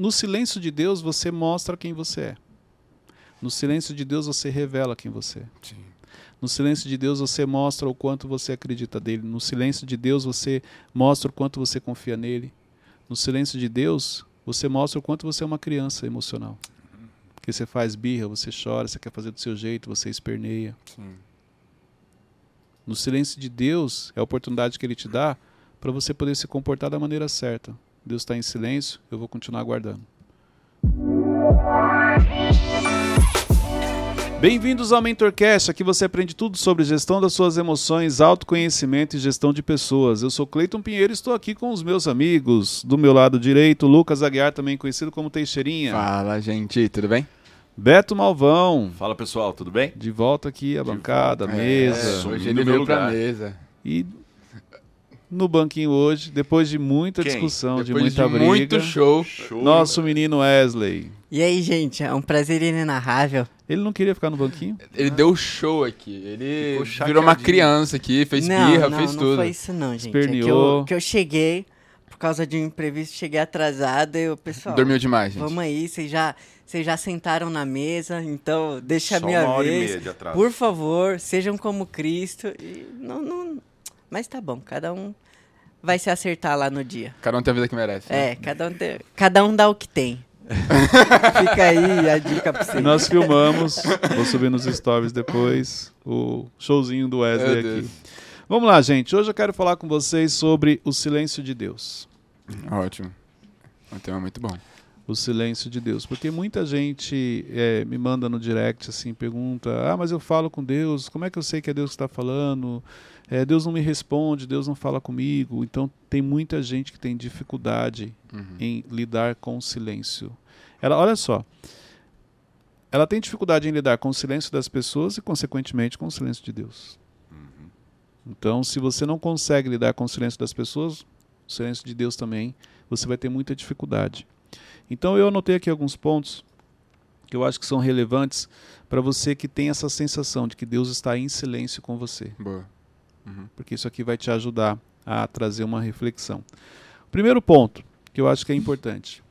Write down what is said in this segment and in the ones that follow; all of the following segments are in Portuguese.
no silêncio de Deus você mostra quem você é. No silêncio de Deus você revela quem você é. Sim. No silêncio de Deus você mostra o quanto você acredita nele. No silêncio de Deus você mostra o quanto você confia nele. No silêncio de Deus você mostra o quanto você é uma criança emocional. Porque você faz birra, você chora, você quer fazer do seu jeito, você esperneia. Sim. No silêncio de Deus é a oportunidade que ele te dá para você poder se comportar da maneira certa. Deus está em silêncio, eu vou continuar aguardando. Bem-vindos ao MentorCast, aqui você aprende tudo sobre gestão das suas emoções, autoconhecimento e gestão de pessoas. Eu sou Cleiton Pinheiro e estou aqui com os meus amigos. Do meu lado direito, Lucas Aguiar, também conhecido como Teixeirinha. Fala, gente, tudo bem? Beto Malvão. Fala, pessoal, tudo bem? De volta aqui à bancada, à mesa. Hoje ele veio pra mesa. E no banquinho hoje, depois de muita discussão, Depois de muita briga. muito show. Nosso menino Wesley. E aí, gente, é um prazer inenarrável. Ele não queria ficar no banquinho? Ele deu show aqui. Ele Ficou virou uma chateadinho. criança aqui, fez birra, fez não tudo. Não foi isso não, gente. Esperneou. É que eu cheguei, por causa de um imprevisto, cheguei atrasado e o pessoal... Dormiu demais, gente. Vamos aí, vocês já sentaram na mesa, então deixa Só a minha uma hora e vez. meia de atraso. Por favor, sejam como Cristo. E não... Mas tá bom, cada um vai se acertar lá no dia. Cada um tem a vida que merece. né? É, cada um dá o que tem. Fica aí a dica pra E vocês. nós filmamos, vou subir nos stories depois, o showzinho do Wesley Meu aqui. Deus. Vamos lá, gente. Hoje eu quero falar com vocês sobre o silêncio de Deus. Ótimo. Um tema muito bom. O silêncio de Deus. Porque muita gente me manda no direct, assim, pergunta, mas eu falo com Deus, como é que eu sei que é Deus que está falando? Deus não me responde, Deus não fala comigo. Então tem muita gente que tem dificuldade em lidar com o silêncio. Olha só, ela tem dificuldade em lidar com o silêncio das pessoas e, consequentemente, com o silêncio de Deus. Então, se você não consegue lidar com o silêncio das pessoas, o silêncio de Deus também, você vai ter muita dificuldade. Então, eu anotei aqui alguns pontos que eu acho que são relevantes para você que tem essa sensação de que Deus está em silêncio com você. Boa. Porque isso aqui vai te ajudar a trazer uma reflexão. O primeiro ponto, que eu acho que é importante.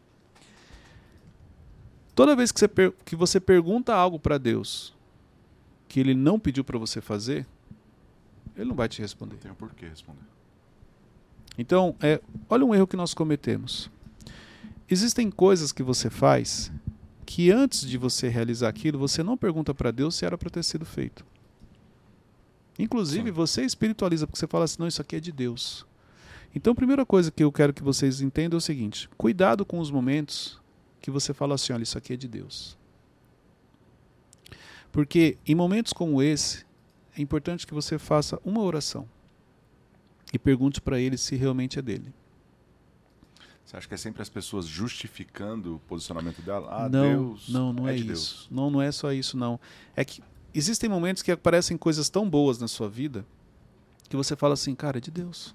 Toda vez que você pergunta algo para Deus que Ele não pediu para você fazer, Ele não vai te responder. Não tenho por que responder. Então, olha um erro que nós cometemos. Existem coisas que você faz que antes de você realizar aquilo, você não pergunta para Deus se era para ter sido feito. Inclusive, você espiritualiza, porque você fala assim, não, isso aqui é de Deus. Então, a primeira coisa que eu quero que vocês entendam é o seguinte, cuidado com os momentos que você fala assim, olha, isso aqui é de Deus. Porque em momentos como esse, é importante que você faça uma oração e pergunte para Ele se realmente é dele. Você acha que é sempre as pessoas justificando o posicionamento dela? Não, Deus não é de isso. Deus. Não é só isso, não. É que existem momentos que aparecem coisas tão boas na sua vida que você fala assim, cara, é de Deus.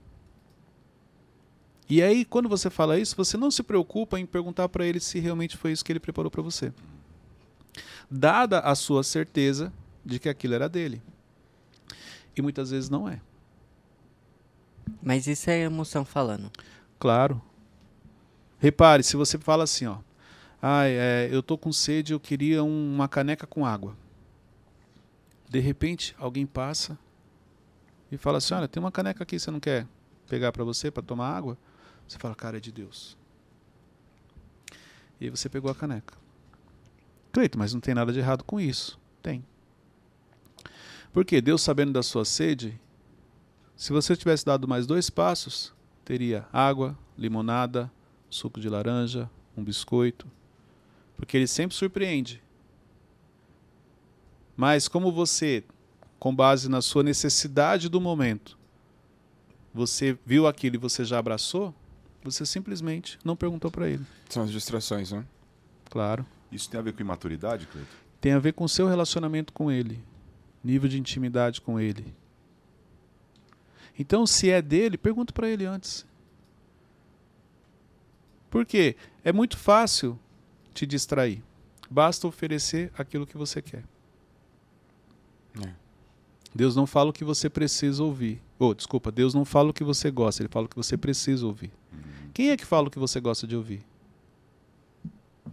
E aí, quando você fala isso, você não se preocupa em perguntar para Ele se realmente foi isso que Ele preparou para você. Dada a sua certeza de que aquilo era dele. E muitas vezes não é. Mas isso é emoção falando. Claro. Repare, se você fala assim, ó, eu tô com sede, eu queria uma caneca com água. De repente, alguém passa e fala assim, olha, tem uma caneca aqui, você não quer pegar para você, para tomar água? Você fala, cara, é de Deus. E aí você pegou a caneca. Cleiton, mas não tem nada de errado com isso. Tem. Porque Deus, sabendo da sua sede, se você tivesse dado mais 2 passos, teria água, limonada, suco de laranja, um biscoito. Porque Ele sempre surpreende. Mas como você, com base na sua necessidade do momento, você viu aquilo e você já abraçou, você simplesmente não perguntou para Ele. São as distrações, né? Claro. Isso tem a ver com imaturidade, Cleiton? Tem a ver com o seu relacionamento com Ele. Nível de intimidade com Ele. Então, se é dele, pergunta para Ele antes. Por quê? É muito fácil te distrair. Basta oferecer aquilo que você quer. Deus não fala o que você precisa ouvir. Deus não fala o que você gosta, Ele fala o que você precisa ouvir. Quem é que fala o que você gosta de ouvir?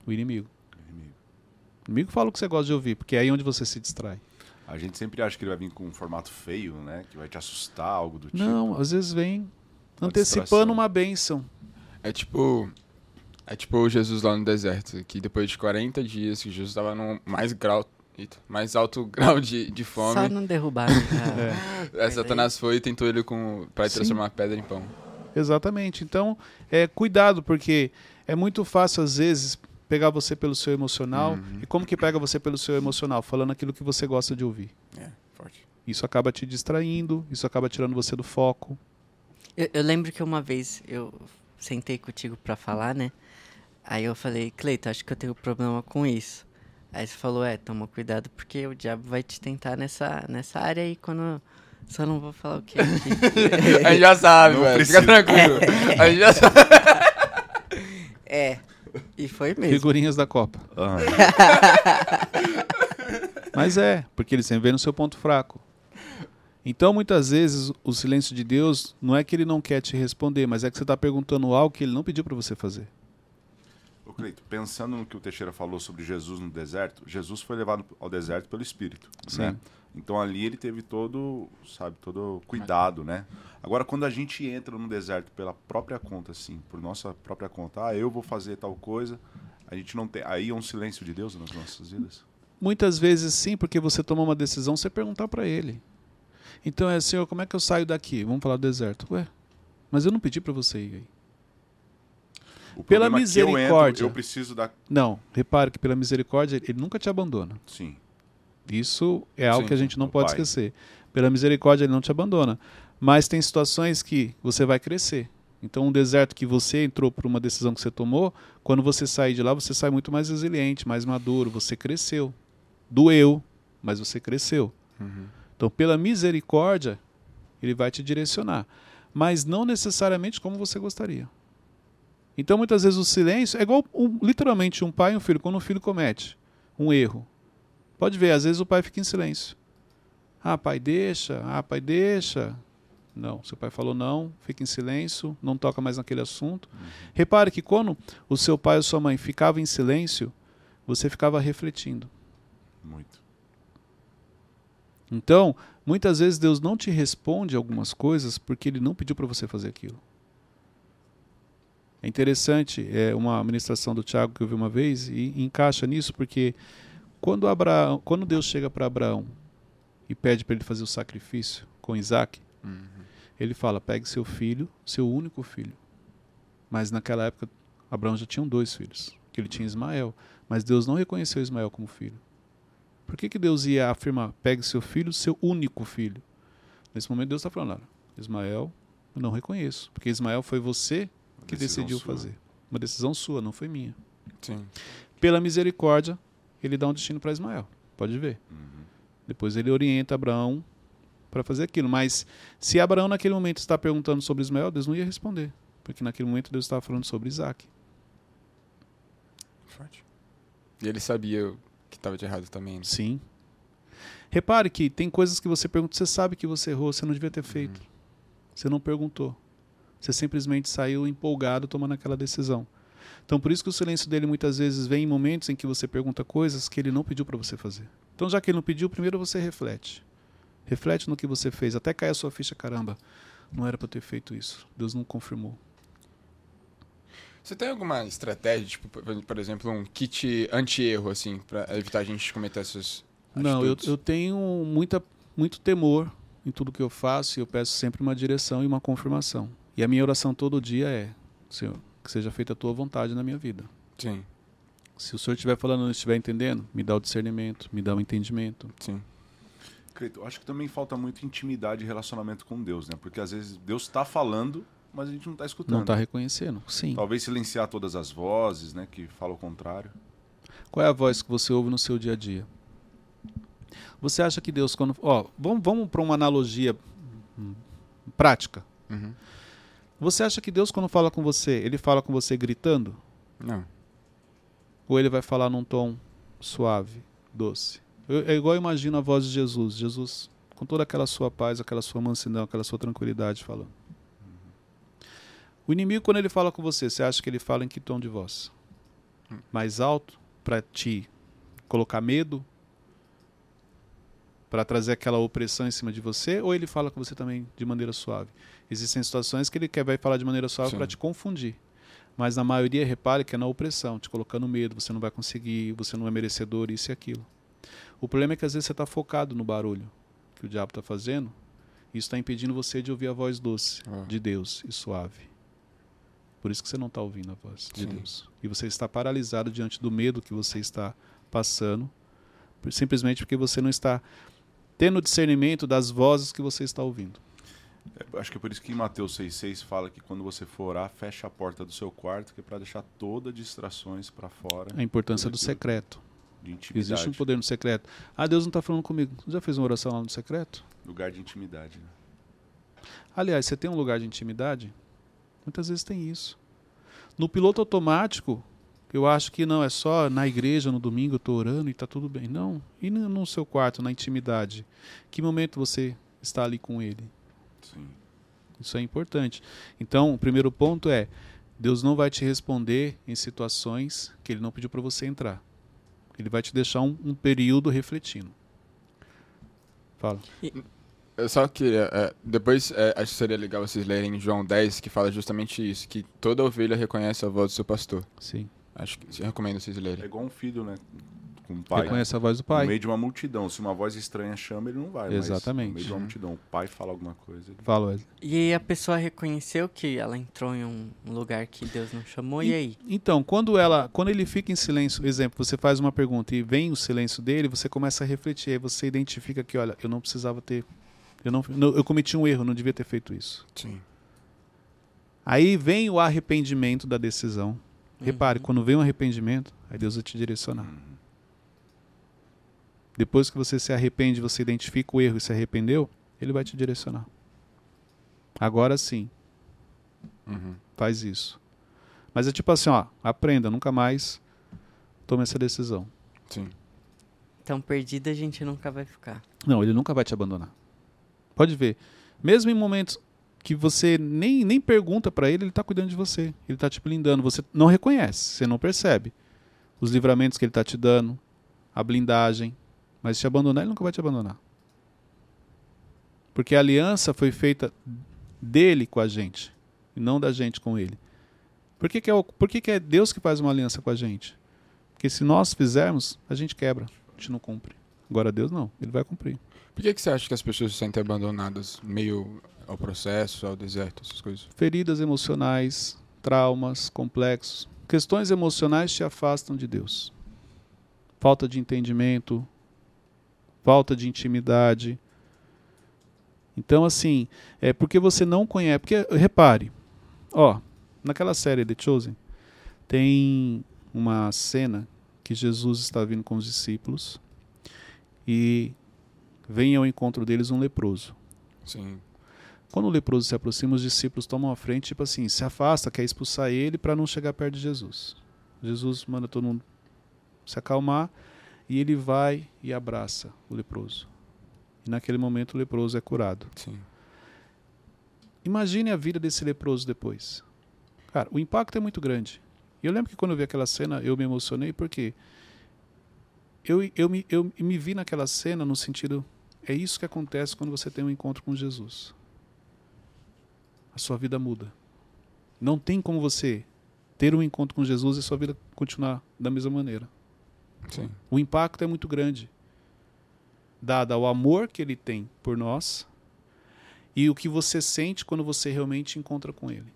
O inimigo. Inimigo. O inimigo fala o que você gosta de ouvir, porque é aí onde você se distrai. A gente sempre acha que ele vai vir com um formato feio, né? Que vai te assustar, algo do tipo. Não, às vezes vem Uma antecipando distração. uma bênção. É tipo o Jesus lá no deserto, que depois de 40 dias que Jesus estava no mais alto grau de fome, Só não derrubar. Né? Satanás foi e tentou ele para Sim. transformar a pedra em pão. Exatamente. Então, cuidado, porque é muito fácil, às vezes, pegar você pelo seu emocional. E como que pega você pelo seu emocional? Falando aquilo que você gosta de ouvir. É, forte. Isso acaba te distraindo, isso acaba tirando você do foco. Eu lembro que uma vez eu sentei contigo pra falar, né? Aí eu falei, Cleiton, acho que eu tenho problema com isso. Aí você falou, toma cuidado porque o diabo vai te tentar nessa área aí quando... Só não vou falar o que. A gente já sabe, Não velho. precisa. Fica tranquilo. A gente já sabe. E foi mesmo. Figurinhas da Copa. Ah, Mas porque ele sempre vem no seu ponto fraco. Então, muitas vezes, o silêncio de Deus não é que ele não quer te responder, mas é que você está perguntando algo que ele não pediu para você fazer. Ô, Cleito, pensando no que o Teixeira falou sobre Jesus no deserto, Jesus foi levado ao deserto pelo Espírito, né? Sim. Então ali ele teve todo cuidado, né? Agora, quando a gente entra no deserto pela própria conta, assim, por nossa própria conta, eu vou fazer tal coisa, a gente não tem... Aí é um silêncio de Deus nas nossas vidas? Muitas vezes sim, porque você tomou uma decisão, você perguntar para ele. Então Senhor, como é que eu saio daqui? Vamos falar do deserto. Mas eu não pedi para você ir aí. O Pela problema é que eu entro, misericórdia. eu preciso da... Não, repare que pela misericórdia, ele nunca te abandona. Sim. Isso é algo Sim, que a gente não o pode Pai. esquecer. Pela misericórdia, ele não te abandona. Mas tem situações que você vai crescer. Então, um deserto que você entrou por uma decisão que você tomou, quando você sair de lá, você sai muito mais resiliente, mais maduro, você cresceu. Doeu, mas você cresceu. Então, pela misericórdia, ele vai te direcionar. Mas não necessariamente como você gostaria. Então, muitas vezes, o silêncio é igual, literalmente, um pai e um filho. Quando um filho comete um erro, pode ver, às vezes o pai fica em silêncio. Pai, deixa. Pai, deixa. Não, seu pai falou não, fica em silêncio, não toca mais naquele assunto. Repare que quando o seu pai ou sua mãe ficava em silêncio, você ficava refletindo. Muito. Então, muitas vezes Deus não te responde algumas coisas porque Ele não pediu para você fazer aquilo. É interessante, é uma ministração do Tiago que eu vi uma vez e encaixa nisso, porque quando Deus chega para Abraão e pede para ele fazer o sacrifício com Isaac, ele fala, pegue seu filho, seu único filho. Mas naquela época, Abraão já tinha 2 filhos, que ele tinha Ismael, mas Deus não reconheceu Ismael como filho. Por que Deus ia afirmar, pegue seu filho, seu único filho? Nesse momento Deus está falando, olha, Ismael eu não reconheço, porque Ismael foi você que decidiu fazer. Uma decisão sua, não foi minha. Sim. Pela misericórdia, ele dá um destino para Ismael. Pode ver. Depois ele orienta Abraão para fazer aquilo. Mas se Abraão naquele momento está perguntando sobre Ismael, Deus não ia responder. Porque naquele momento Deus estava falando sobre Isaac. Forte. E ele sabia que estava de errado também. Né? Sim. Repare que tem coisas que você pergunta, você sabe que você errou, você não devia ter feito. Você não perguntou. Você simplesmente saiu empolgado tomando aquela decisão. Então, por isso que o silêncio dele muitas vezes vem em momentos em que você pergunta coisas que ele não pediu para você fazer. Então, já que ele não pediu, primeiro você reflete. Reflete no que você fez, até cair a sua ficha, caramba, não era para eu ter feito isso. Deus não confirmou. Você tem alguma estratégia, tipo, por exemplo, um kit anti-erro, assim, para evitar a gente cometer essas Não, atitudes? eu tenho muito temor em tudo que eu faço e eu peço sempre uma direção e uma confirmação. E a minha oração todo dia é, Senhor, que seja feita a tua vontade na minha vida. Sim, Se o Senhor estiver falando e não estiver entendendo, me dá o discernimento, me dá o entendimento. sim. Cleito, acho que também falta muito intimidade e relacionamento com Deus, né? Porque às vezes Deus está falando, mas a gente não está escutando. Não está reconhecendo? Sim. Talvez silenciar todas as vozes, né? Que falam o contrário. Qual é a voz que você ouve no seu dia a dia? Você acha que Deus, quando... vamos para uma analogia prática. Uhum. Você acha que Deus, quando fala com você, ele fala com você gritando? Não. Ou ele vai falar num tom suave, doce? É igual eu imagino a voz de Jesus. Jesus, com toda aquela sua paz, aquela sua mansidão, aquela sua tranquilidade falando. O inimigo, quando ele fala com você, você acha que ele fala em que tom de voz? mais alto para te colocar medo, para trazer aquela opressão em cima de você, ou ele fala com você também de maneira suave? Existem situações que ele vai falar de maneira suave para te confundir. Mas na maioria, repare que é na opressão, te colocando medo, você não vai conseguir, você não é merecedor, isso e aquilo. O problema é que às vezes você está focado no barulho que o diabo está fazendo, e isso está impedindo você de ouvir a voz doce de Deus e suave. Por isso que você não está ouvindo a voz de Deus. E você está paralisado diante do medo que você está passando, simplesmente porque você não está tendo discernimento das vozes que você está ouvindo. Acho que é por isso que em Mateus 6,6 fala que quando você for orar, fecha a porta do seu quarto, que é para deixar todas as distrações para fora. A importância do secreto. De intimidade. Existe um poder no secreto. Ah, Deus não está falando comigo. Você já fez uma oração lá no secreto? Lugar de intimidade. Né? Aliás, você tem um lugar de intimidade? Muitas vezes tem isso. No piloto automático, eu acho que não, é só na igreja, no domingo eu estou orando e está tudo bem. Não. E no seu quarto, na intimidade? Que momento você está ali com ele? Sim. Isso é importante. Então, o primeiro ponto é, Deus não vai te responder em situações que ele não pediu para você entrar. Ele vai te deixar um período refletindo. Fala. Eu só queria, depois acho que seria legal vocês lerem João 10, que fala justamente isso, que toda ovelha reconhece a voz do seu pastor. Sim. Acho que eu recomendo vocês lerem. É igual um filho, né? Com um pai. Reconhece a voz do pai. No meio de uma multidão. Se uma voz estranha chama, ele não vai. Exatamente. Mas no meio de uma multidão, o pai fala alguma coisa. Ele... Fala, Wesley. E aí a pessoa reconheceu que ela entrou em um lugar que Deus não chamou, e aí? Então, quando ele fica em silêncio, exemplo, você faz uma pergunta e vem o silêncio dele, você começa a refletir, aí você identifica que, olha, eu não precisava ter... Eu cometi um erro, não devia ter feito isso. Sim. Aí vem o arrependimento da decisão. Repare, quando vem o arrependimento, aí Deus vai te direcionar. Depois que você se arrepende, você identifica o erro e se arrependeu, ele vai te direcionar. Agora sim, faz isso. Mas é tipo assim, ó, aprenda, nunca mais tome essa decisão. Sim. Então, perdida a gente nunca vai ficar. Não, ele nunca vai te abandonar. Pode ver. Mesmo em momentos que você nem pergunta para ele está cuidando de você. Ele está te blindando. Você não reconhece, você não percebe os livramentos que ele está te dando, a blindagem. Mas se te abandonar, ele nunca vai te abandonar. Porque a aliança foi feita dele com a gente, e não da gente com ele. Por que é Deus que faz uma aliança com a gente? Porque se nós fizermos, a gente quebra, a gente não cumpre. Agora Deus não, ele vai cumprir. Por que você acha que as pessoas se sentem abandonadas meio ao processo, ao deserto, essas coisas? Feridas emocionais, traumas, complexos. Questões emocionais te afastam de Deus. Falta de entendimento, falta de intimidade. Então, assim, é porque você não conhece. Porque, repare, ó, naquela série The Chosen, tem uma cena que Jesus está vindo com os discípulos e vem ao encontro deles um leproso. Sim. Quando o leproso se aproxima, os discípulos tomam a frente, tipo assim, se afasta, quer expulsar ele para não chegar perto de Jesus. Jesus manda todo mundo se acalmar e ele vai e abraça o leproso. E naquele momento o leproso é curado. Sim. Imagine a vida desse leproso depois. Cara, o impacto é muito grande. E eu lembro que quando eu vi aquela cena, eu me emocionei porque eu me vi naquela cena no sentido, é isso que acontece quando você tem um encontro com Jesus. A sua vida muda. Não tem como você ter um encontro com Jesus e sua vida continuar da mesma maneira. Sim. O impacto é muito grande. Dado ao amor que ele tem por nós e o que você sente quando você realmente encontra com ele.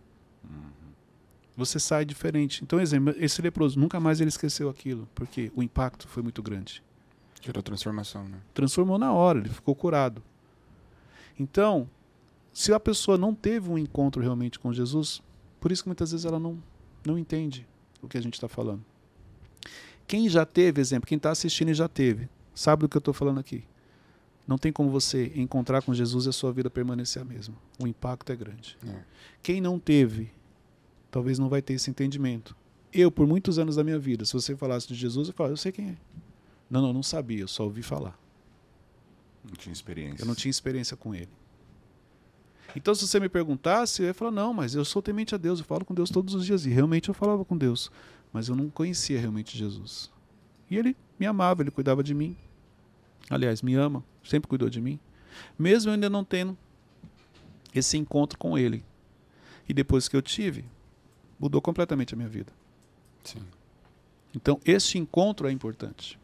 Você sai diferente. Então, exemplo, esse leproso, nunca mais ele esqueceu aquilo, porque o impacto foi muito grande. Gerou transformação, né? Transformou na hora, ele ficou curado. Então, se a pessoa não teve um encontro realmente com Jesus, por isso que muitas vezes ela não entende o que a gente está falando. Quem já teve, exemplo, quem está assistindo e já teve, sabe do que eu estou falando aqui. Não tem como você encontrar com Jesus e a sua vida permanecer a mesma. O impacto é grande. Quem não teve, talvez não vai ter esse entendimento. Eu, por muitos anos da minha vida, se você falasse de Jesus, eu falava, eu sei quem é. Não sabia, eu só ouvi falar. Não tinha experiência. Eu não tinha experiência com ele. Então, se você me perguntasse, eu ia falar, não, mas eu sou temente a Deus, eu falo com Deus todos os dias. E realmente eu falava com Deus. mas eu não conhecia realmente Jesus. E ele me amava, ele cuidava de mim. Aliás, me ama, sempre cuidou de mim. Mesmo eu ainda não tendo esse encontro com ele. E depois que eu tive, mudou completamente a minha vida. Sim. Então, este encontro é importante.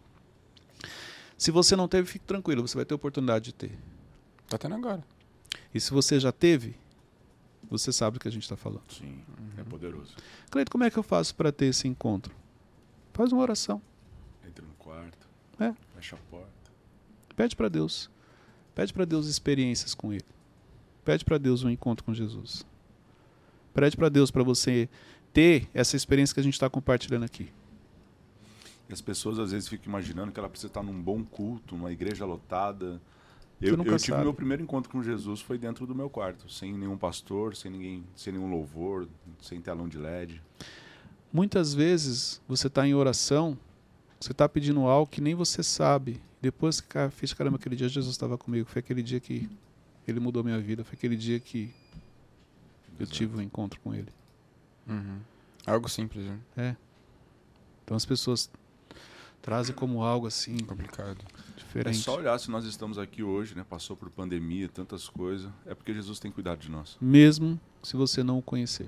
Se você não teve, fique tranquilo, você vai ter a oportunidade de ter. Tá tendo agora. E se você já teve, você sabe do que a gente está falando. Sim, é poderoso. Cleito, como é que eu faço para ter esse encontro? Faz uma oração. Entra no quarto, É. fecha a porta. Pede para Deus. Pede para Deus experiências com Ele. Pede para Deus um encontro com Jesus. Pede para Deus para você ter essa experiência que a gente está compartilhando aqui. E as pessoas às vezes ficam imaginando que ela precisa estar num bom culto, numa igreja lotada. Você Eu nunca tive sabe. meu primeiro encontro com Jesus foi dentro do meu quarto, sem nenhum pastor, sem ninguém, sem nenhum louvor, sem telão de LED. Muitas vezes você está em oração, você está pedindo algo que nem você sabe. Depois que fiz, caramba, aquele dia Jesus estava comigo. Foi aquele dia que Ele mudou minha vida. Foi aquele dia que eu tive um encontro com Ele. Uhum. Algo simples, né? Então as pessoas trazem como algo assim Complicado. É diferente. só olhar se nós estamos aqui hoje, né? Passou por pandemia, tantas coisas. É porque Jesus tem cuidado de nós, Mesmo se você não o conhecer.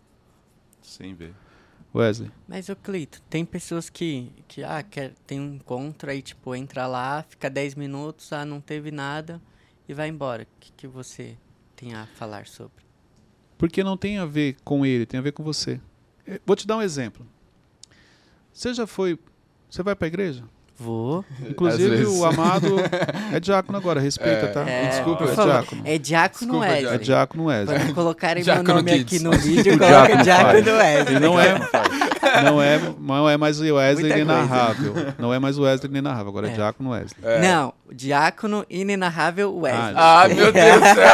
sem ver. Wesley, Mas, ô Cleito, tem pessoas que tem um encontro aí, tipo, entra lá, fica 10 minutos, não teve nada e vai embora. O que você tem a falar sobre? porque não tem a ver com ele, tem a ver com você. Vou te dar um exemplo. Você vai para a igreja? Vou. Às Inclusive vezes. o Amado é diácono agora, respeita, tá? Desculpa, por é favor. diácono. É Diácono Desculpa, Wesley. É diácono Wesley. Quando colocarem meu Diácono nome Kids. aqui no vídeo, O coloca Diácono Diácono faz. Wesley. E não é mais o Wesley Muita inenarrável. Não é mais o Wesley inenarrável, agora é Diácono Wesley. Não, Diácono Inenarrável Wesley. Ah, meu Deus do céu.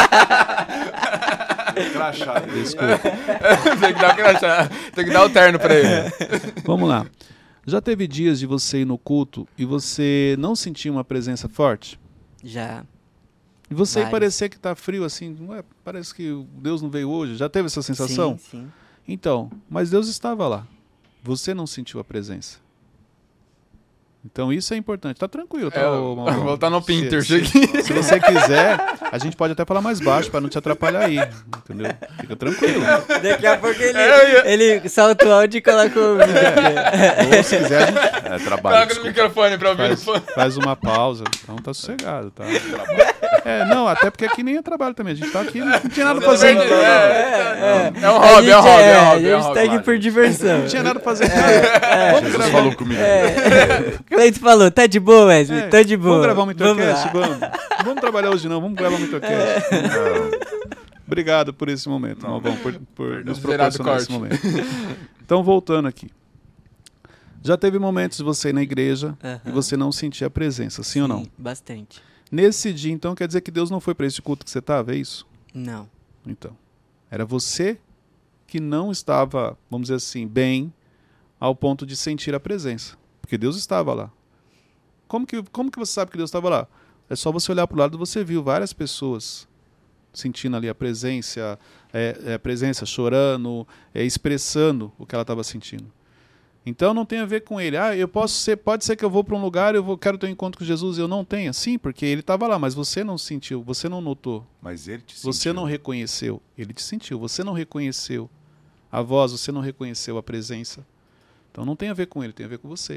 Crachá. Desculpa. Tem que dar o crachá. Tem que dar o terno pra ele. Vamos lá. Já teve dias de você ir no culto e você não sentir uma presença forte? Já. E você Vários. parecer que está frio assim, ué, parece que Deus não veio hoje. Já teve essa sensação? Sim, sim. Então, mas Deus estava lá. Você não sentiu a presença. Então isso é importante. Tá tranquilo, tá? Mauro? Voltar no Pinterest Se aqui. você quiser, a gente pode até falar mais baixo para não te atrapalhar aí. Entendeu? Fica tranquilo. Daqui a pouco ele solta o áudio e coloca o vídeo aqui. Ou se quiser, a gente Trabalho. Coloca no desculpa. microfone pra ouvir. faz uma pausa. Então tá sossegado, tá? Não, até porque aqui nem é trabalho também. A gente tá aqui, não tinha nada pra fazer. É um hobby, é um hobby, é um hobby. A gente tá aqui por diversão. Não tinha nada pra fazer. Cara. Vamos Jesus gravar. falou comigo. Cleito falou, tá de boa, Wesley? Tá de boa. Vamos gravar um Intercast? Vamos lá. Vamos. Vamos trabalhar hoje não, vamos gravar um Intercast. Obrigado por esse momento, Malvão, por nos Será do proporcionar esse corte. momento. Então, voltando aqui. Já teve momentos de você ir na igreja e você não sentir a presença, sim ou não? Sim, bastante. Nesse dia, então, quer dizer que Deus não foi para esse culto que você estava, é isso? Não. Então, era você que não estava, vamos dizer assim, bem ao ponto de sentir a presença. Porque Deus estava lá. Como que você sabe que Deus estava lá? É só você olhar para o lado e você viu várias pessoas sentindo ali a presença, chorando, expressando o que ela estava sentindo. Então não tem a ver com ele. Pode ser que eu vou para um lugar, quero ter um encontro com Jesus e eu não tenha. Sim, porque ele estava lá, mas você não sentiu, você não notou. Mas ele te sentiu. Você não reconheceu, ele te sentiu. Você não reconheceu a voz, você não reconheceu a presença. Então não tem a ver com ele, tem a ver com você.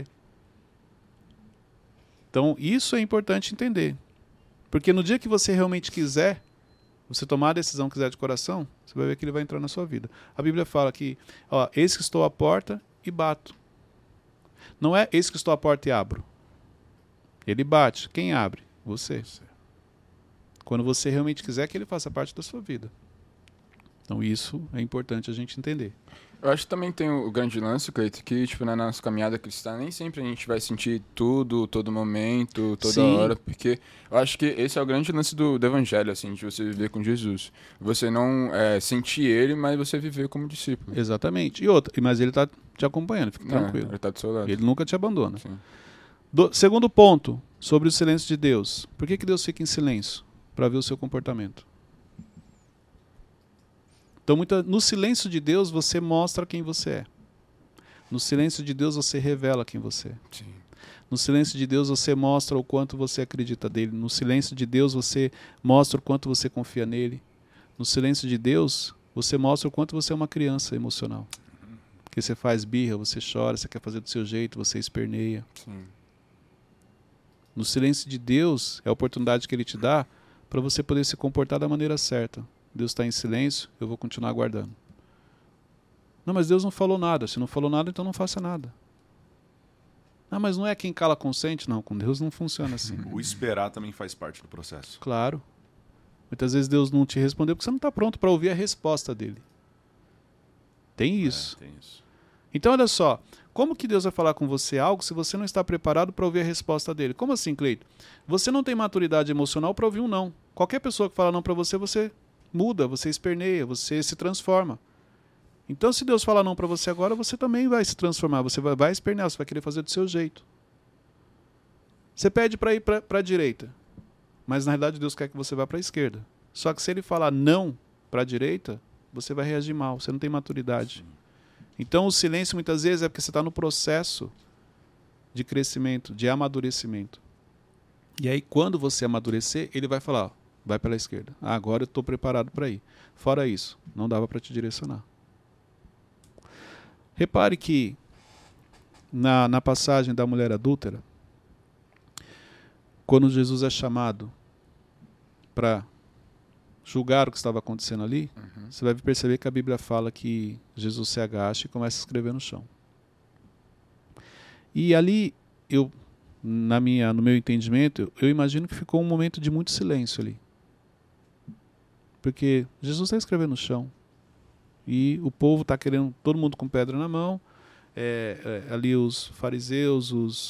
Então isso é importante entender. Porque no dia que você realmente quiser, você tomar a decisão, quiser de coração, você vai ver que ele vai entrar na sua vida. A Bíblia fala que, eis que estou à porta e bato. Não é eis que estou à porta e abro. Ele bate. Quem abre? Você. Quando você realmente quiser que ele faça parte da sua vida. Então isso é importante a gente entender. Eu acho que também tem o grande lance, Cleito, que tipo, na nossa caminhada cristã nem sempre a gente vai sentir tudo, todo momento, toda Sim. hora, porque eu acho que esse é o grande lance do evangelho, assim, de você viver com Jesus. Você não sentir ele, mas você viver como discípulo. Exatamente. Mas ele está te acompanhando, fique tranquilo. Ele tá do seu lado. Ele nunca te abandona. Sim. Segundo ponto, sobre o silêncio de Deus. Por que Deus fica em silêncio? Para ver o seu comportamento. Então, no silêncio de Deus, você mostra quem você é. No silêncio de Deus você revela quem você é. Sim. No silêncio de Deus você mostra o quanto você acredita nele. No silêncio de Deus você mostra o quanto você confia nele. No silêncio de Deus você mostra o quanto você é uma criança emocional. Porque você faz birra, você chora, você quer fazer do seu jeito, você esperneia. Sim. No silêncio de Deus é a oportunidade que ele te dá para você poder se comportar da maneira certa. Deus está em silêncio, eu vou continuar aguardando. Não, mas Deus não falou nada. Se não falou nada, então não faça nada. Ah, mas não é quem cala consente? Não, com Deus não funciona assim. O esperar também faz parte do processo. Claro. Muitas vezes Deus não te respondeu porque você não está pronto para ouvir a resposta dele. Tem isso. Tem isso. Então, olha só. Como que Deus vai falar com você algo se você não está preparado para ouvir a resposta dele? Como assim, Cleito? Você não tem maturidade emocional para ouvir um não. Qualquer pessoa que fala não para você, você muda, você esperneia, você se transforma. Então, se Deus falar não para você agora, você também vai se transformar, você vai espernear, você vai querer fazer do seu jeito. Você pede para ir para a direita, mas na realidade Deus quer que você vá para a esquerda. Só que se ele falar não para a direita, você vai reagir mal, você não tem maturidade. Então, o silêncio muitas vezes é porque você está no processo de crescimento, de amadurecimento. E aí, quando você amadurecer, ele vai falar, ó, vai pela esquerda. Ah, agora eu estou preparado para ir. Fora isso, não dava para te direcionar. Repare que na passagem da mulher adúltera, quando Jesus é chamado para julgar o que estava acontecendo ali, você vai perceber que a Bíblia fala que Jesus se agacha e começa a escrever no chão. E ali, no meu entendimento, eu imagino que ficou um momento de muito silêncio ali. Porque Jesus está escrevendo no chão. E o povo está querendo, todo mundo com pedra na mão, ali os fariseus,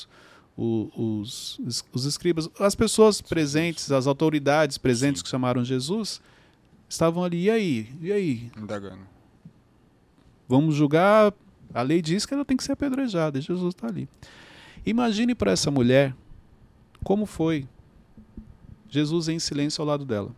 os escribas, as pessoas presentes, as autoridades presentes que chamaram Jesus, estavam ali, e aí? Indagando. Vamos julgar, a lei diz que ela tem que ser apedrejada, e Jesus está ali. Imagine para essa mulher como foi Jesus em silêncio ao lado dela.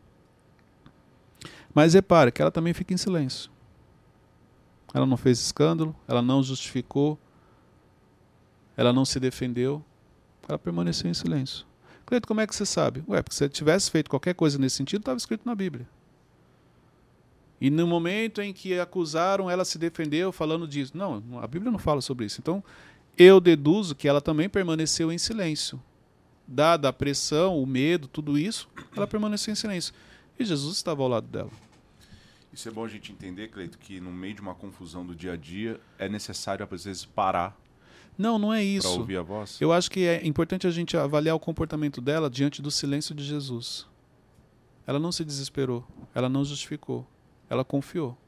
Mas repare que ela também fica em silêncio. Ela não fez escândalo, ela não justificou, ela não se defendeu, ela permaneceu em silêncio. Cleito, como é que você sabe? Porque se você tivesse feito qualquer coisa nesse sentido, estava escrito na Bíblia. E no momento em que acusaram, ela se defendeu falando disso. Não, a Bíblia não fala sobre isso. Então, eu deduzo que ela também permaneceu em silêncio. Dada a pressão, o medo, tudo isso, ela permaneceu em silêncio. E Jesus estava ao lado dela. Isso é bom a gente entender, Cleito, que no meio de uma confusão do dia a dia, é necessário, às vezes, parar. Não é isso. Para ouvir a voz? Eu acho que é importante a gente avaliar o comportamento dela diante do silêncio de Jesus. Ela não se desesperou, ela não justificou, ela confiou.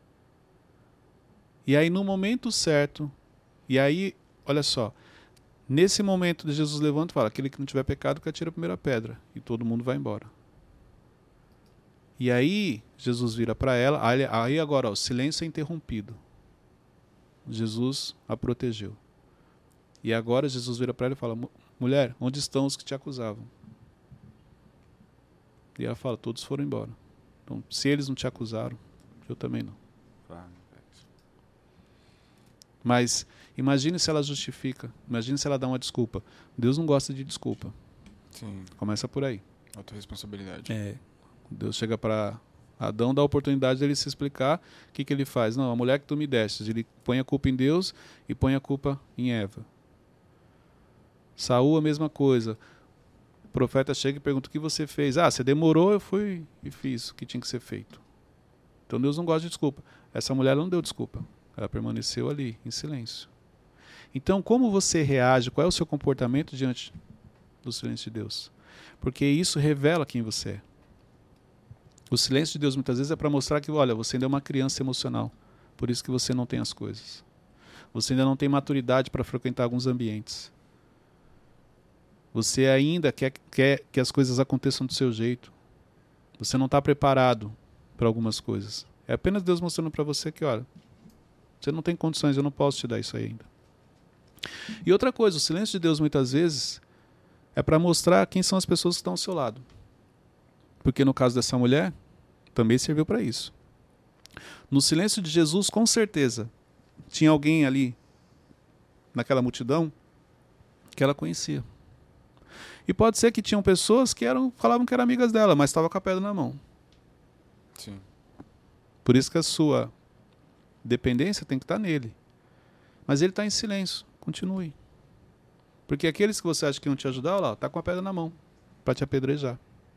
E aí, no momento certo, e aí, olha só, nesse momento Jesus levanta e fala, aquele que não tiver pecado que atira a primeira pedra, e todo mundo vai embora. E aí, Jesus vira para ela, aí agora, o silêncio é interrompido. Jesus a protegeu. E agora Jesus vira para ela e fala, mulher, onde estão os que te acusavam? E ela fala, todos foram embora. Então, se eles não te acusaram, eu também não. Mas imagine se ela justifica, imagine se ela dá uma desculpa. Deus não gosta de desculpa. Sim. Começa por aí. Autoresponsabilidade. Deus chega para Adão, dá a oportunidade dele se explicar. O que ele faz? Não, a mulher que tu me deste. Ele põe a culpa em Deus e põe a culpa em Eva. Saul, a mesma coisa. O profeta chega e pergunta, o que você fez? Você demorou, eu fui e fiz o que tinha que ser feito. Então Deus não gosta de desculpa. Essa mulher não deu desculpa. Ela permaneceu ali, em silêncio. Então, como você reage? Qual é o seu comportamento diante do silêncio de Deus? Porque isso revela quem você é. O silêncio de Deus muitas vezes é para mostrar que, olha, você ainda é uma criança emocional. Por isso que você não tem as coisas. Você ainda não tem maturidade para frequentar alguns ambientes. Você ainda quer que as coisas aconteçam do seu jeito. Você não está preparado para algumas coisas. É apenas Deus mostrando para você que, olha, você não tem condições, eu não posso te dar isso aí ainda. E outra coisa, o silêncio de Deus muitas vezes é para mostrar quem são as pessoas que estão ao seu lado. Porque no caso dessa mulher, também serviu para isso. No silêncio de Jesus, com certeza, tinha alguém ali naquela multidão que ela conhecia. E pode ser que tinham pessoas que falavam que eram amigas dela, mas estavam com a pedra na mão. Sim. Por isso que a sua dependência tem que estar nele. Mas ele está em silêncio. Continue. Porque aqueles que você acha que iam te ajudar, olha lá, está com a pedra na mão para te apedrejar.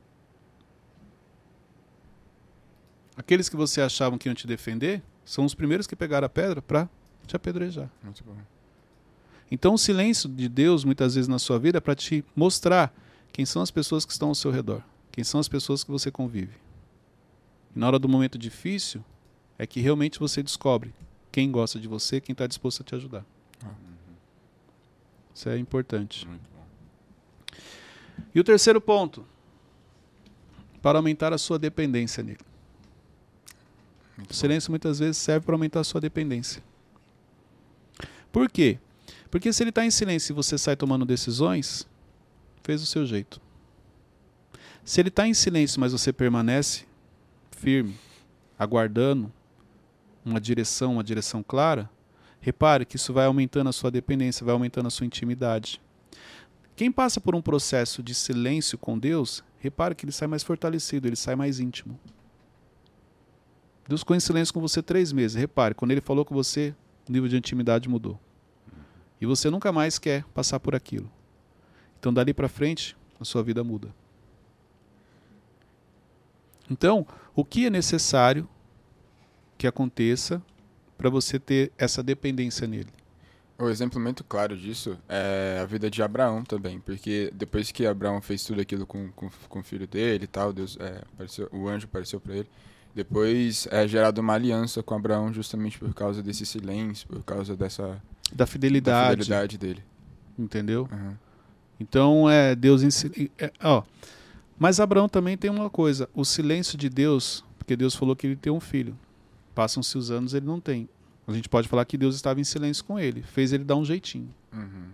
Aqueles que você achavam que iam te defender são os primeiros que pegaram a pedra para te apedrejar. Muito bom. Então o silêncio de Deus, muitas vezes na sua vida, é para te mostrar quem são as pessoas que estão ao seu redor. Quem são as pessoas que você convive. E na hora do momento difícil, é que realmente você descobre quem gosta de você, quem está disposto a te ajudar. Isso é importante. Muito bom. E o terceiro ponto, para aumentar a sua dependência nele. Muito O silêncio muitas vezes serve para aumentar a sua dependência. Por quê? Porque se ele está em silêncio e você sai tomando decisões, fez o seu jeito. Se ele está em silêncio, mas você permanece firme, aguardando uma direção clara, repare que isso vai aumentando a sua dependência, vai aumentando a sua intimidade. Quem passa por um processo de silêncio com Deus, repare que ele sai mais fortalecido, ele sai mais íntimo. Deus ficou em silêncio com você 3 meses. Repare, quando ele falou com você, o nível de intimidade mudou. E você nunca mais quer passar por aquilo. Então, dali para frente, a sua vida muda. Então, o que é necessário que aconteça para você ter essa dependência nele? O exemplo muito claro disso é a vida de Abraão também, porque depois que Abraão fez tudo aquilo com o filho dele e tal, Deus, o anjo apareceu para ele, depois é gerada uma aliança com Abraão justamente por causa desse silêncio, por causa Da fidelidade dele. Entendeu? Uhum. Então, Deus ensina. Mas Abraão também tem uma coisa: o silêncio de Deus, porque Deus falou que ele tem um filho. Passam-se os anos, ele não tem. A gente pode falar que Deus estava em silêncio com ele, fez ele dar um jeitinho. Uhum.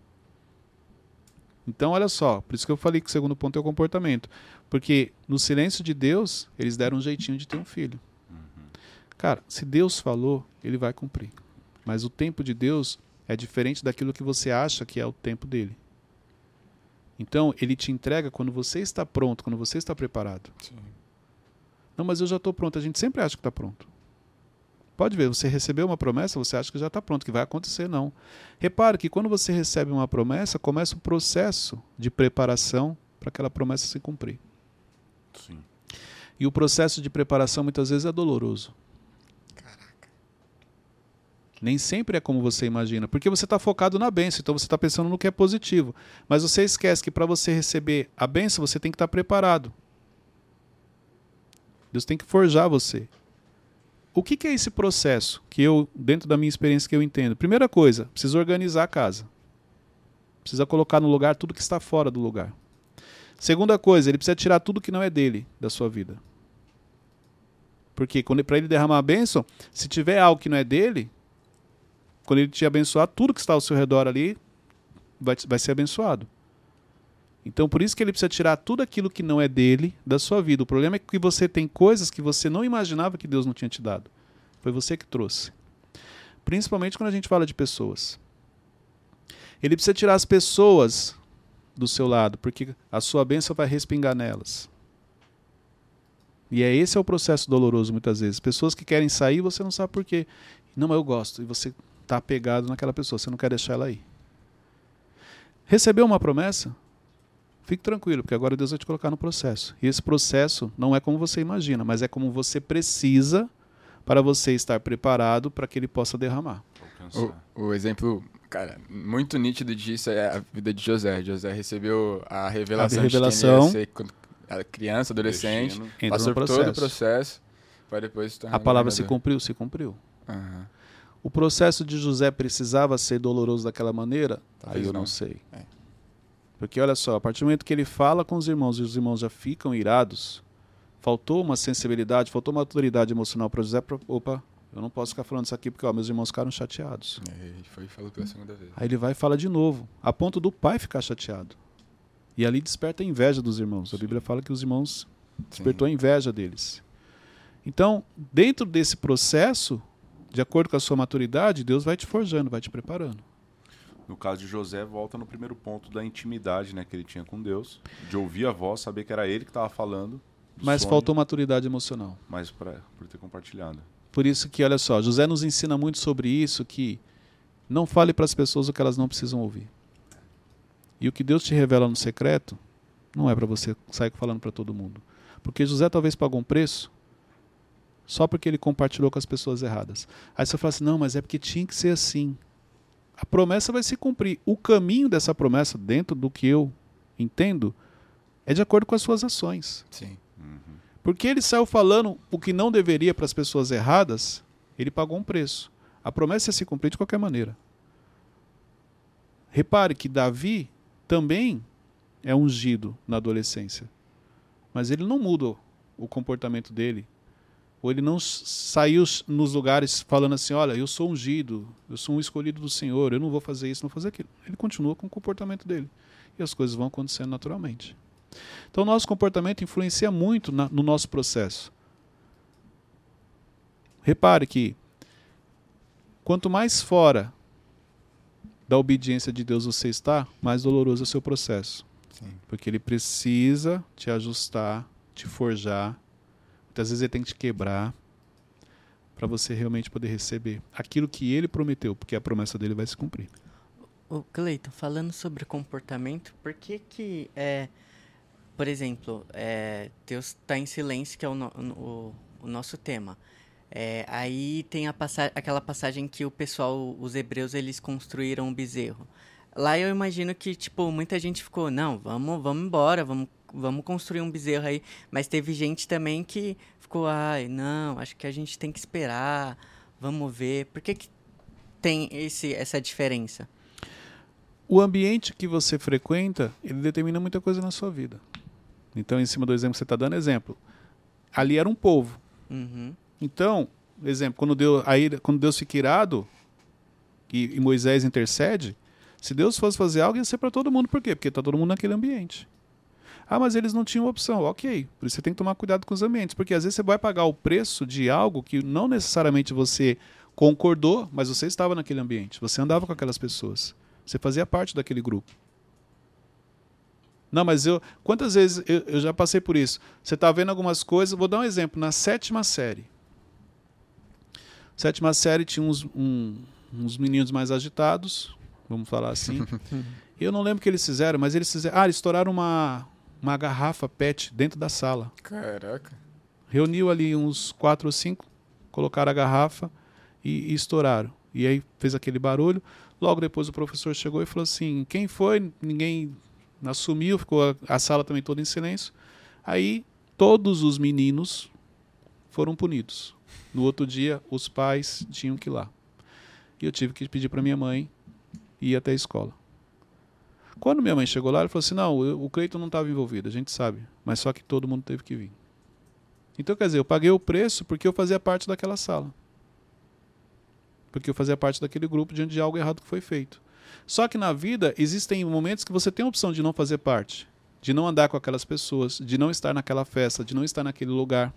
Então, olha só, por isso que eu falei que o segundo ponto é o comportamento. Porque no silêncio de Deus, eles deram um jeitinho de ter um filho. Cara, se Deus falou, ele vai cumprir. Mas o tempo de Deus é diferente daquilo que você acha que é o tempo dele. Então, ele te entrega quando você está pronto, quando você está preparado. Sim. Não, mas eu já estou pronto. A gente sempre acha que está pronto. Pode ver, você recebeu uma promessa, você acha que já está pronto, que vai acontecer, não. Repare que quando você recebe uma promessa, começa um processo de preparação para aquela promessa se cumprir. Sim. E o processo de preparação muitas vezes é doloroso. Caraca. Nem sempre é como você imagina, porque você está focado na bênção, então você está pensando no que é positivo. Mas você esquece que para você receber a bênção, você tem que estar preparado. Deus tem que forjar você. O que é esse processo que eu, dentro da minha experiência, que eu entendo? Primeira coisa, precisa organizar a casa. Precisa colocar no lugar tudo que está fora do lugar. Segunda coisa, ele precisa tirar tudo que não é dele, da sua vida. Porque para ele derramar a bênção, se tiver algo que não é dele, quando ele te abençoar, tudo que está ao seu redor ali vai ser abençoado. Então, por isso que ele precisa tirar tudo aquilo que não é dele da sua vida. O problema é que você tem coisas que você não imaginava que Deus não tinha te dado. Foi você que trouxe. Principalmente quando a gente fala de pessoas. Ele precisa tirar as pessoas do seu lado, porque a sua bênção vai respingar nelas. E esse é o processo doloroso muitas vezes. Pessoas que querem sair, você não sabe por quê. Não, mas eu gosto. E você está apegado naquela pessoa, você não quer deixar ela aí. Recebeu uma promessa? Fique tranquilo, porque agora Deus vai te colocar no processo. E esse processo não é como você imagina, mas é como você precisa para você estar preparado para que ele possa derramar. O exemplo, cara, muito nítido disso é a vida de José. José recebeu a revelação de quem ele ia ser quando era criança, adolescente, passou por todo o processo, para depois se tornar a palavra se governador. cumpriu? Se cumpriu. Uhum. O processo de José precisava ser doloroso daquela maneira? Talvez Aí eu não. não sei. É. Porque olha só, a partir do momento que ele fala com os irmãos e os irmãos já ficam irados, faltou uma sensibilidade, faltou uma autoridade emocional para José. Opa, eu não posso ficar falando isso aqui porque meus irmãos ficaram chateados. Ele foi e falou pela segunda vez. Aí ele vai e fala de novo, a ponto do pai ficar chateado. E ali desperta a inveja dos irmãos. A Bíblia fala que os irmãos despertou a inveja deles. Então, dentro desse processo, de acordo com a sua maturidade, Deus vai te forjando, vai te preparando. No caso de José, volta no primeiro ponto da intimidade, né, que ele tinha com Deus, de ouvir a voz, saber que era ele que estava falando. Mas sonho, faltou maturidade emocional. mas por ter compartilhado. Por isso que, olha só, José nos ensina muito sobre isso, que não fale para as pessoas o que elas não precisam ouvir. E o que Deus te revela no secreto, não é para você sair falando para todo mundo. Porque José talvez pagou um preço só porque ele compartilhou com as pessoas erradas. Aí você fala assim, não, mas é porque tinha que ser assim. A promessa vai se cumprir. O caminho dessa promessa, dentro do que eu entendo, é de acordo com as suas ações. Sim. Porque ele saiu falando o que não deveria para as pessoas erradas, ele pagou um preço. A promessa ia se cumprir de qualquer maneira. Repare que Davi também é ungido na adolescência. Mas ele não muda o comportamento dele. Ou ele não saiu nos lugares falando assim, olha, eu sou ungido, eu sou um escolhido do Senhor, eu não vou fazer isso, não vou fazer aquilo. Ele continua com o comportamento dele. E as coisas vão acontecendo naturalmente. Então, o nosso comportamento influencia muito no nosso processo. Repare que, quanto mais fora da obediência de Deus você está, mais doloroso é o seu processo. Sim. Porque ele precisa te ajustar, te forjar. Muitas vezes ele tem que te quebrar para você realmente poder receber aquilo que ele prometeu, porque a promessa dele vai se cumprir. Ô, Cleiton, falando sobre comportamento, por que por exemplo, Deus está em silêncio, que é o nosso tema. Aí tem aquela passagem que o pessoal, os hebreus, eles construíram um bezerro. Lá eu imagino que, tipo, muita gente ficou, não, vamos embora, vamos construir um bezerro aí. Mas teve gente também que ficou, ai, não, acho que a gente tem que esperar, vamos ver. Por que tem essa diferença? O ambiente que você frequenta, ele determina muita coisa na sua vida. Então, em cima do exemplo que você está dando, exemplo. Ali era um povo. Uhum. Então, exemplo, quando Deus fica irado e Moisés intercede, se Deus fosse fazer algo, ia ser para todo mundo. Por quê? Porque está todo mundo naquele ambiente. Ah, mas eles não tinham opção. Ok, por isso você tem que tomar cuidado com os ambientes, porque às vezes você vai pagar o preço de algo que não necessariamente você concordou, mas você estava naquele ambiente, você andava com aquelas pessoas, você fazia parte daquele grupo. Não, mas quantas vezes eu já passei por isso? Você está vendo algumas coisas, vou dar um exemplo, na 7ª série. 7ª série tinha uns meninos mais agitados, vamos falar assim. Eu não lembro o que eles fizeram, mas eles estouraram uma garrafa PET dentro da sala. Caraca. Reuniu ali uns 4 ou 5, colocaram a garrafa e estouraram. E aí fez aquele barulho. Logo depois o professor chegou e falou assim, quem foi? Ninguém assumiu, ficou a sala também toda em silêncio. Aí todos os meninos foram punidos. No outro dia, os pais tinham que ir lá. E eu tive que pedir para minha mãe ir até a escola. Quando minha mãe chegou lá, ela falou assim, não, o Cleiton não estava envolvido, a gente sabe, mas só que todo mundo teve que vir. Então, quer dizer, eu paguei o preço porque eu fazia parte daquela sala. Porque eu fazia parte daquele grupo diante de algo errado que foi feito. Só que na vida, existem momentos que você tem a opção de não fazer parte, de não andar com aquelas pessoas, de não estar naquela festa, de não estar naquele lugar.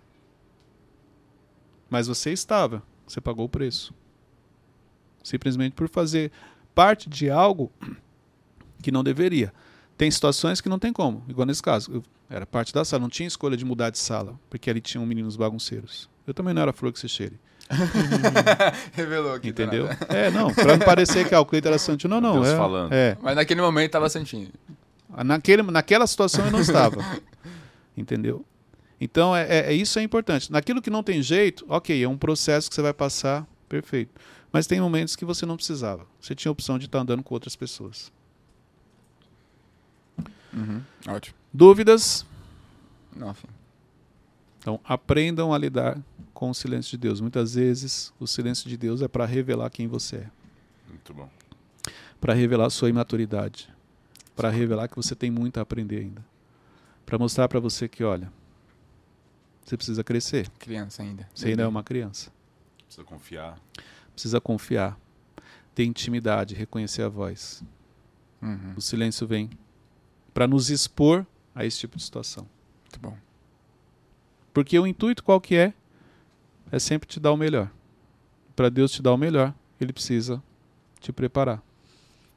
Mas você estava, você pagou o preço. Simplesmente por fazer parte de algo que não deveria. Tem situações que não tem como, igual nesse caso. Eu era parte da sala, não tinha escolha de mudar de sala, porque ali tinham meninos bagunceiros. Eu também não era flor que se cheire. Revelou aqui. Entendeu? Não, pra não parecer que o Cleiton era santinho. Não, Deus falando. Mas naquele momento tava santinho. Naquela situação eu não estava. Entendeu? Então, isso é importante. Naquilo que não tem jeito, ok, é um processo que você vai passar, perfeito. Mas tem momentos que você não precisava. Você tinha a opção de estar andando com outras pessoas. Ótimo. Dúvidas? Não, enfim. Então, aprendam a lidar com o silêncio de Deus. Muitas vezes, o silêncio de Deus é para revelar quem você é. Muito bom. Para revelar a sua imaturidade. Para revelar que você tem muito a aprender ainda. Para mostrar para você que, olha, você precisa crescer. Criança ainda. Você ainda é uma criança. Precisa confiar. Precisa confiar. Ter intimidade, reconhecer a voz. O silêncio vem para nos expor a esse tipo de situação. Muito bom. Porque o intuito qual que é? É sempre te dar o melhor. Para Deus te dar o melhor, Ele precisa te preparar.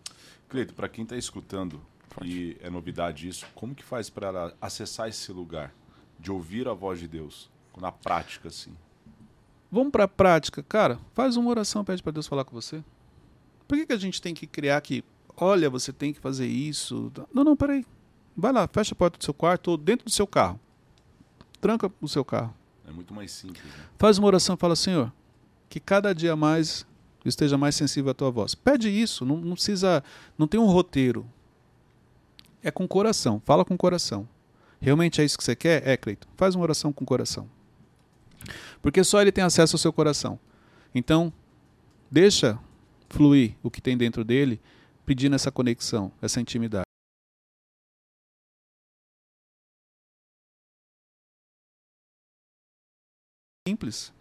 Cleito, para quem está escutando e é novidade isso, como que faz para acessar esse lugar de ouvir a voz de Deus na prática, assim? Vamos para a prática. Cara, faz uma oração, pede para Deus falar com você. Por que a gente tem que criar que, olha, você tem que fazer isso? Não, peraí. Vai lá, fecha a porta do seu quarto ou dentro do seu carro. Tranca o seu carro. É muito mais simples, né? Faz uma oração e fala, Senhor, que cada dia mais eu esteja mais sensível à tua voz. Pede isso, não precisa, não tem um roteiro. É com o coração, fala com o coração. Realmente é isso que você quer? É, Cleiton. Faz uma oração com o coração. Porque só ele tem acesso ao seu coração. Então, deixa fluir o que tem dentro dele, pedindo essa conexão, essa intimidade. Simples.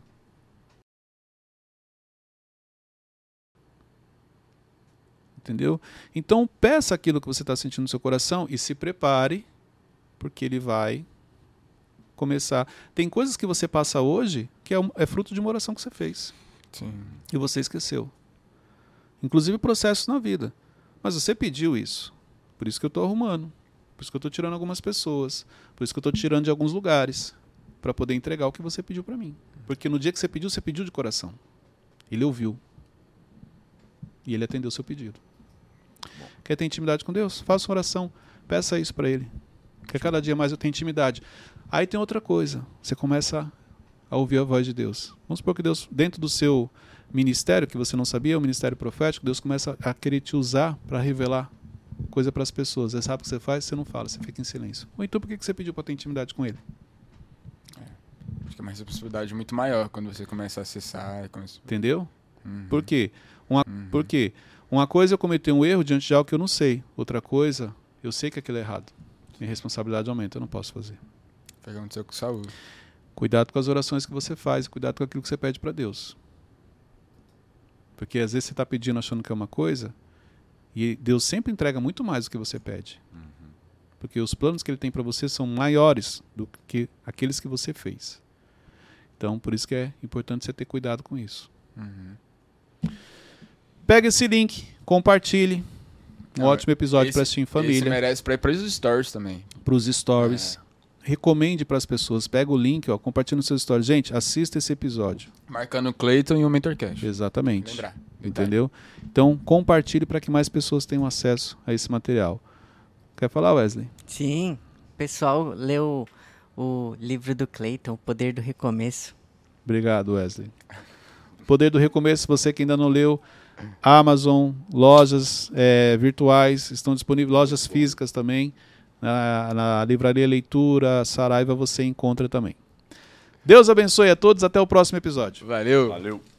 Entendeu? Então, peça aquilo que você está sentindo no seu coração e se prepare, porque ele vai começar. Tem coisas que você passa hoje que é fruto de uma oração que você fez. Sim. E você esqueceu. Inclusive processos na vida. Mas você pediu isso. Por isso que eu estou arrumando. Por isso que eu estou tirando algumas pessoas. Por isso que eu estou tirando de alguns lugares. Para poder entregar o que você pediu para mim. Porque no dia que você pediu de coração. Ele ouviu. E ele atendeu o seu pedido. Quer ter intimidade com Deus? Faça uma oração. Peça isso para ele. Que cada dia mais eu tenho intimidade. Aí tem outra coisa. Você começa a ouvir a voz de Deus. Vamos supor que Deus, dentro do seu ministério, que você não sabia, o ministério profético, Deus começa a querer te usar para revelar coisa para as pessoas. Você sabe o que você faz? Você não fala, você fica em silêncio. Ou então por que você pediu para ter intimidade com ele? Acho que é uma responsabilidade muito maior quando você começa a acessar. Entendeu? Uhum. Por quê? Por quê? Uma coisa é eu cometer um erro diante de algo que eu não sei. Outra coisa, eu sei que aquilo é errado. Minha responsabilidade aumenta, eu não posso fazer. Foi o que aconteceu com Saúl. Cuidado com as orações que você faz, cuidado com aquilo que você pede para Deus. Porque às vezes você está pedindo achando que é uma coisa, e Deus sempre entrega muito mais do que você pede. Uhum. Porque os planos que Ele tem para você são maiores do que aqueles que você fez. Então, por isso que é importante você ter cuidado com isso. Uhum. Pega esse link, compartilhe. Um ótimo episódio para assistir em família. Esse merece para ir para os stories também. Para os stories. Recomende para as pessoas. Pega o link, compartilha nos seus stories. Gente, assista esse episódio. Marcando o Cleiton e o MentorCast. Exatamente. Lembrar. Entendeu? Então, compartilhe para que mais pessoas tenham acesso a esse material. Quer falar, Wesley? Sim. Pessoal, leu o livro do Cleiton, O Poder do Recomeço. Obrigado, Wesley. Poder do Recomeço, você que ainda não leu, Amazon, lojas virtuais, estão disponíveis, lojas físicas também, na Livraria Leitura, Saraiva, você encontra também. Deus abençoe a todos, até o próximo episódio. Valeu. Valeu.